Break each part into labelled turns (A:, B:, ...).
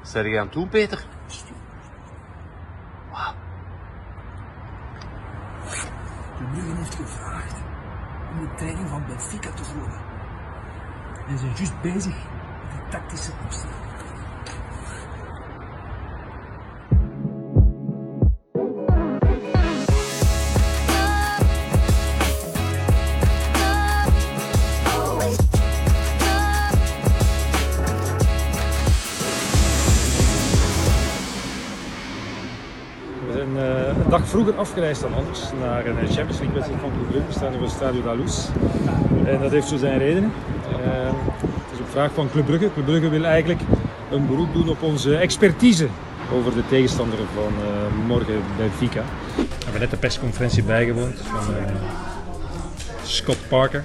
A: Zeg je aan het doen, Peter?
B: Wauw. Club Brugge heeft gevraagd om de training van Benfica te volgen. En ze zijn juist bezig met de tactische opstelling.
C: Een dag vroeger afgereisd dan anders naar een Champions League wedstrijd van Club Brugge. We staan in het Stadio da Luz. En dat heeft zo zijn redenen. Het is op vraag van Club Brugge. Club Brugge wil eigenlijk een beroep doen op onze expertise over de tegenstander van morgen Benfica. We hebben net de persconferentie bijgewoond van Scott Parker.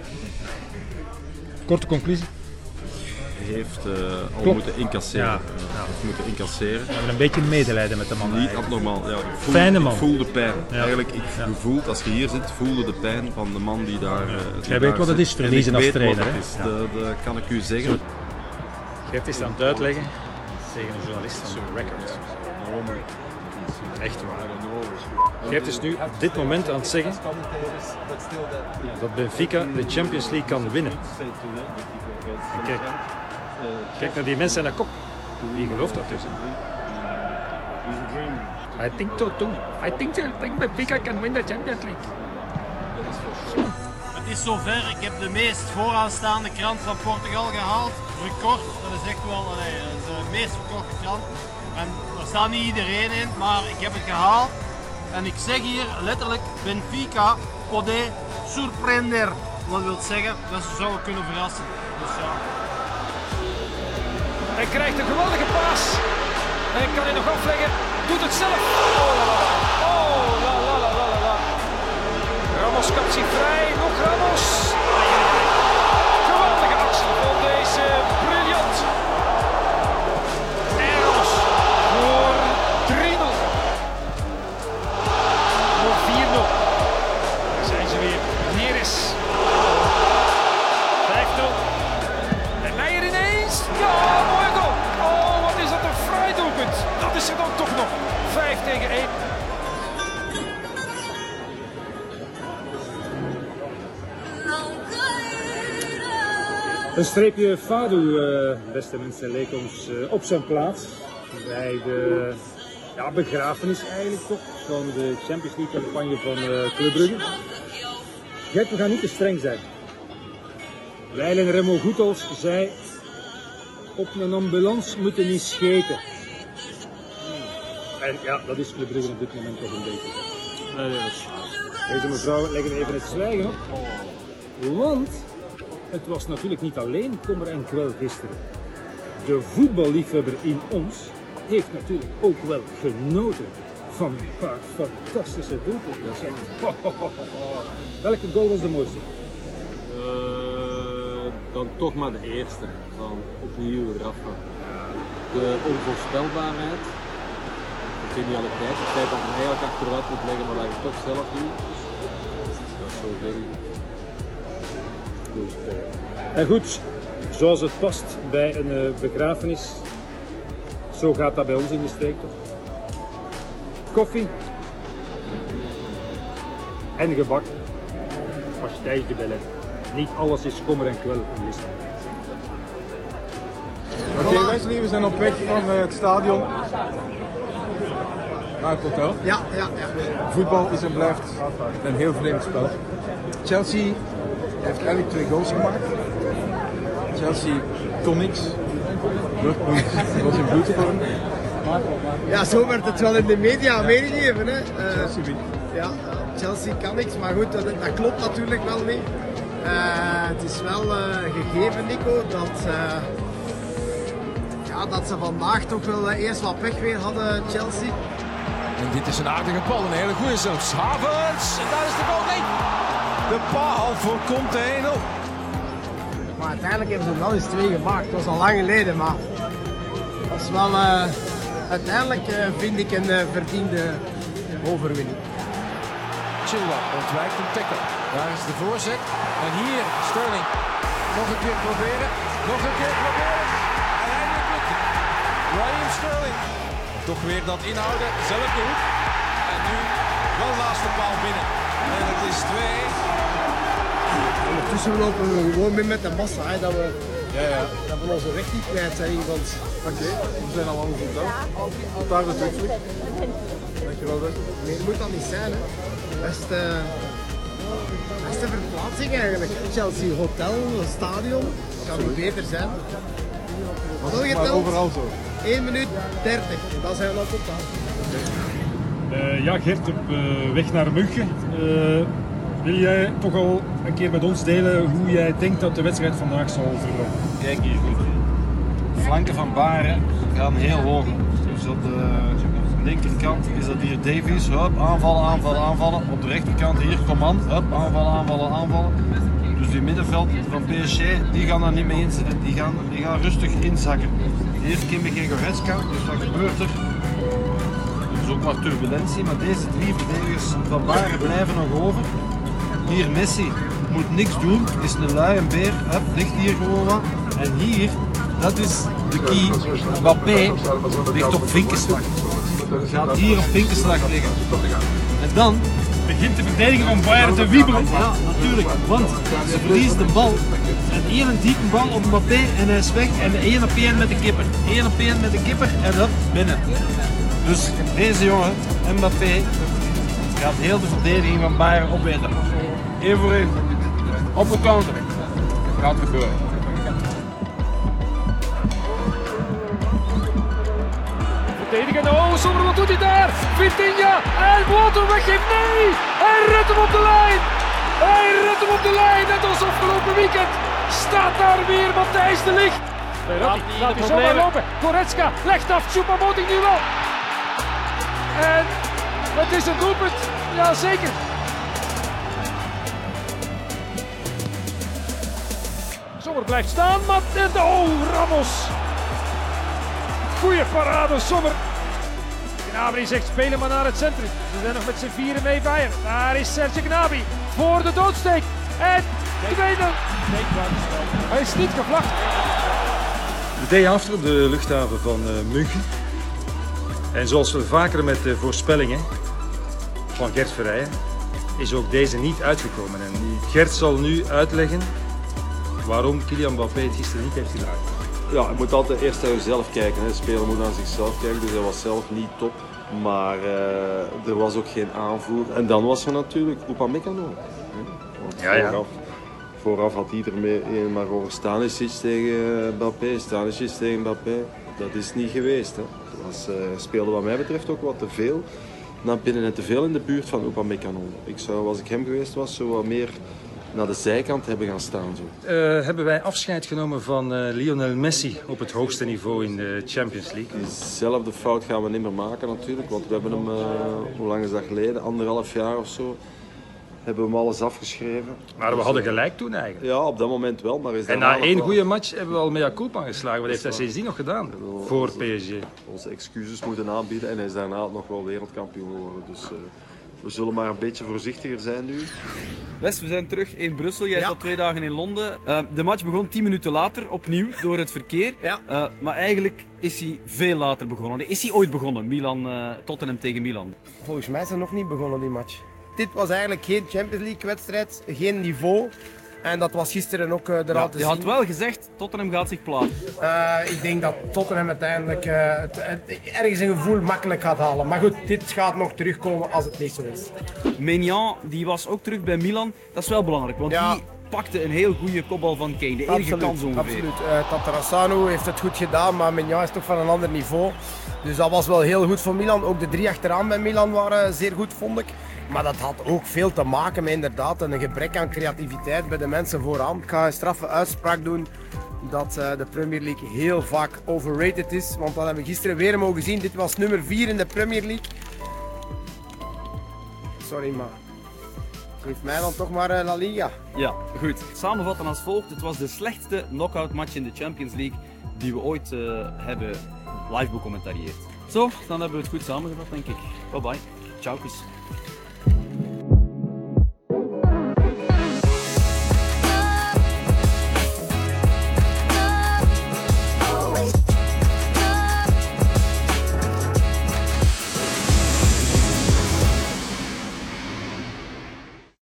C: Korte conclusie.
D: Heeft al moeten incasseren.
C: Ja.
D: Moeten incasseren.
C: We hebben een beetje medelijden met de man.
D: Niet abnormaal. Ja,
C: Fijne man.
D: Ik voel de pijn.
C: Ja.
D: Eigenlijk, je voelt, als je hier zit, voelde de pijn van de man die daar.
C: Jij weet wat het is, verliezen als trainer.
D: Dat kan ik u zeggen.
C: Geert is aan het uitleggen tegen een journalist van The Record. Echt waar. Geert is nu op dit moment aan het zeggen dat Benfica de Champions League kan winnen. En kijk naar die mensen aan de kop. Wie gelooft dat dus? I think so too. I think Benfica can win the Champions League.
E: Het is zover. Ik heb de meest vooraanstaande krant van Portugal gehaald. Record, dat is echt wel de meest verkochte krant. En daar staat niet iedereen in, maar ik heb het gehaald. En ik zeg hier letterlijk Benfica pode surprender. Wat wil zeggen dat ze zouden kunnen verrassen. Dus ja.
C: Hij krijgt een geweldige paas. En kan hij nog afleggen. Doet het zelf. Oh la la la la la. Ramos kapt zich vrij. Nog Ramos. Geweldige actie van deze briljant. En Ramos voor 3-0. Voor 4-0. Daar zijn ze weer. Neres. 5-0. En Meijer ineens. Ja, mooi goal. Oh, wat is dat een fraai doelpunt. Dat is er dan toch nog. 5-1. Een streepje Fado, beste mensen, leek ons op zijn plaats. Bij de begrafenis eigenlijk toch van de Champions League campagne van Club Brugge. Gert, we gaan niet te streng zijn. Wijlen Remo Goethals zei, op een ambulance moeten niet scheten. En ja, dat is Club Brugge op dit moment toch een beetje. Deze mevrouw leggen even het zwijgen op. Want het was natuurlijk niet alleen kommer en kwel gisteren. De voetballiefhebber in ons heeft natuurlijk ook wel genoten van een paar fantastische doelpunten. Welke goal was de mooiste?
D: Dan toch maar de eerste. Van opnieuw Rafa. De onvoorspelbaarheid. De genialiteit. Het feit dat hij eigenlijk achteruit moet leggen, maar dat hij het toch zelf doet. Dat is zo veel.
C: En goed, zoals het past bij een begrafenis, zo gaat dat bij ons in de streek toch. Koffie en gebak, pastijs de Bellet. Niet alles is kommer en kwel in Lissabon.
F: Oké, Wesley, we zijn op weg van het stadion naar het hotel.
G: Ja.
F: Voetbal is en blijft een heel vreemd spel. Chelsea heeft eigenlijk 2 goals gemaakt. Chelsea kon niks. Dortmund was in bloedvorm.
G: Ja, zo werd het wel in de media weergegeven.
F: Chelsea wint.
G: Ja, Chelsea kan niks, maar goed, dat klopt natuurlijk wel niet. Het is wel gegeven, Nico, dat ze vandaag toch wel eerst wat pech weer hadden, Chelsea.
H: En dit is een aardige bal, een hele goede zelfs. Havertz, en daar is de bal, nee! De paal voorkomt de 1-0.
G: Maar uiteindelijk hebben ze er wel eens 2 gemaakt, dat was al lang geleden, maar dat is wel uiteindelijk vind ik een verdiende overwinning.
H: Chilwell ontwijkt een tackle. Daar is de voorzet. En hier Sterling. Nog een keer proberen. En eindelijk lukt het. Toch weer dat inhouden, zelf de hoek. En nu wel naast de paal binnen. En het is 2.
G: Ondertussen lopen we gewoon mee met de massa, hè, dat we onze weg niet kwijt zijn. Want...
F: Oké, we zijn al lang goed dan. Daar de terugvlieg. Dankjewel, Wes.
G: Nee, dat moet dat niet zijn, hè. Beste verplaatsing eigenlijk. Chelsea Hotel, stadion, kan niet beter zijn. Wat wil je
F: Maar
G: geteld?
F: overal zo.
G: 1 minuut 30, dat zijn we al totaal.
C: Ja, Gert, op weg naar München. Wil jij toch al een keer met ons delen hoe jij denkt dat de wedstrijd vandaag zal verlopen?
A: Kijk hier goed. De flanken van Baren gaan heel hoog. Dus op de linkerkant is dat hier Davies. Hup, aanvallen, aanvallen, aanvallen. Op de rechterkant hier Coman. Hup, aanvallen, aanvallen, aanvallen. Dus die middenveld van PSG, die gaan daar niet mee inzetten. Die gaan rustig inzakken. Hier Kimmich en Goretzka. Dus wat gebeurt er? Er is ook wat turbulentie, maar deze 3 verdedigers van Baren blijven nog over. Hier Messi moet niks doen, is een luie beer, hup, ligt hier gewoon wat. En hier, dat is de key, Mbappé ligt op vinkenslag. Gaat hier op vinkenslag liggen. En dan
C: Begint de verdediging van Bayern te wiebelen.
A: ja, natuurlijk, want ze verliezen de bal. En één diepe bal op Mbappé en hij is weg. En de 1 op 1 met de kipper. 1 op 1 met de kipper en hup, binnen. Dus deze jongen, Mbappé, gaat heel de verdediging van Bayern opeten. 1 voor 1. Op de counter. Gaat gebeuren.
H: Verdedigen, oh Sommer, wat doet hij daar? Vitinha en wat een weggeeft, nee! Hij redt hem op de lijn! Hij redt hem op de lijn, net als afgelopen weekend. Staat daar weer Matthijs de Ligt. Laat hij zomaar lopen. Goretzka legt af, Choupo-Moting nu wel. En het is een doelpunt, ja zeker. Sommer blijft staan, maar oh, Ramos. Goeie parade, Sommer. Gnabry zegt spelen maar naar het centrum. Ze zijn nog met z'n vieren mee Bayern. Daar is Serge Gnabry voor de doodsteek. En tweede. Hij is niet gevlacht.
C: De day after op de luchthaven van München. En zoals we vaker met de voorspellingen van Gert Verrijen, is ook deze niet uitgekomen. En Gert zal nu uitleggen waarom Kylian Mbappé het gisteren niet heeft gedaan.
D: Ja, je moet altijd eerst naar jezelf kijken. Hè. De speler moet naar zichzelf kijken, dus hij was zelf niet top. Maar er was ook geen aanvoer. En dan was er natuurlijk Upamecano. Vooraf had iedereen maar over Stanisic tegen Mbappé, Stanisic tegen Mbappé. Dat is niet geweest. Hè. Speelde wat mij betreft ook wat te veel naar binnen en te veel in de buurt van Upamecano. Ik zou, als ik hem geweest was, zo wat meer naar de zijkant hebben gaan staan. Zo.
C: Hebben wij afscheid genomen van Lionel Messi op het hoogste niveau in de Champions League?
D: Diezelfde fout gaan we niet meer maken natuurlijk, want we hebben hem, hoe lang is dat geleden, 1,5 jaar of zo, hebben we hem alles afgeschreven.
C: Maar we hadden gelijk toen eigenlijk.
D: Ja, op dat moment wel. Maar is
C: en na 1 goede match hebben we al mea culpa geslagen. Wat heeft hij sindsdien nog gedaan voor PSG?
D: Onze excuses moeten aanbieden en hij is daarna nog wel wereldkampioen geworden. Dus we zullen maar een beetje voorzichtiger zijn nu.
I: Wes, we zijn terug in Brussel. Jij zat 2 dagen in Londen. De match begon 10 minuten later, opnieuw, door het verkeer.
G: Ja.
I: Maar eigenlijk is hij veel later begonnen. Is hij ooit begonnen? Tottenham tegen Milan.
G: Volgens mij is het nog niet begonnen, die match. Dit was eigenlijk geen Champions League wedstrijd, geen niveau. En dat was gisteren ook eraan te zien.
I: Je had wel gezegd, Tottenham gaat zich plaatsen.
G: Ik denk dat Tottenham uiteindelijk ergens een gevoel makkelijk gaat halen. Maar goed, dit gaat nog terugkomen als het niet zo is.
I: Maignan, die was ook terug bij Milan. Dat is wel belangrijk, want die pakte een heel goede kopbal van Kane. De enige kans ongeveer.
G: Absoluut. Tatarusanu heeft het goed gedaan, maar Maignan is toch van een ander niveau. Dus dat was wel heel goed voor Milan. Ook de 3 achteraan bij Milan waren zeer goed, vond ik. Maar dat had ook veel te maken met inderdaad een gebrek aan creativiteit bij de mensen vooraan. Ik ga een straffe uitspraak doen dat de Premier League heel vaak overrated is. Want dat hebben we gisteren weer mogen zien. Dit was nummer 4 in de Premier League. Sorry, maar geef mij dan toch maar La Liga.
I: Ja, goed. Samenvatten als volgt. Het was de slechtste knockout match in de Champions League die we ooit hebben live becommentarieerd. Zo, dan hebben we het goed samengevat, denk ik. Bye bye. Ciao, kus.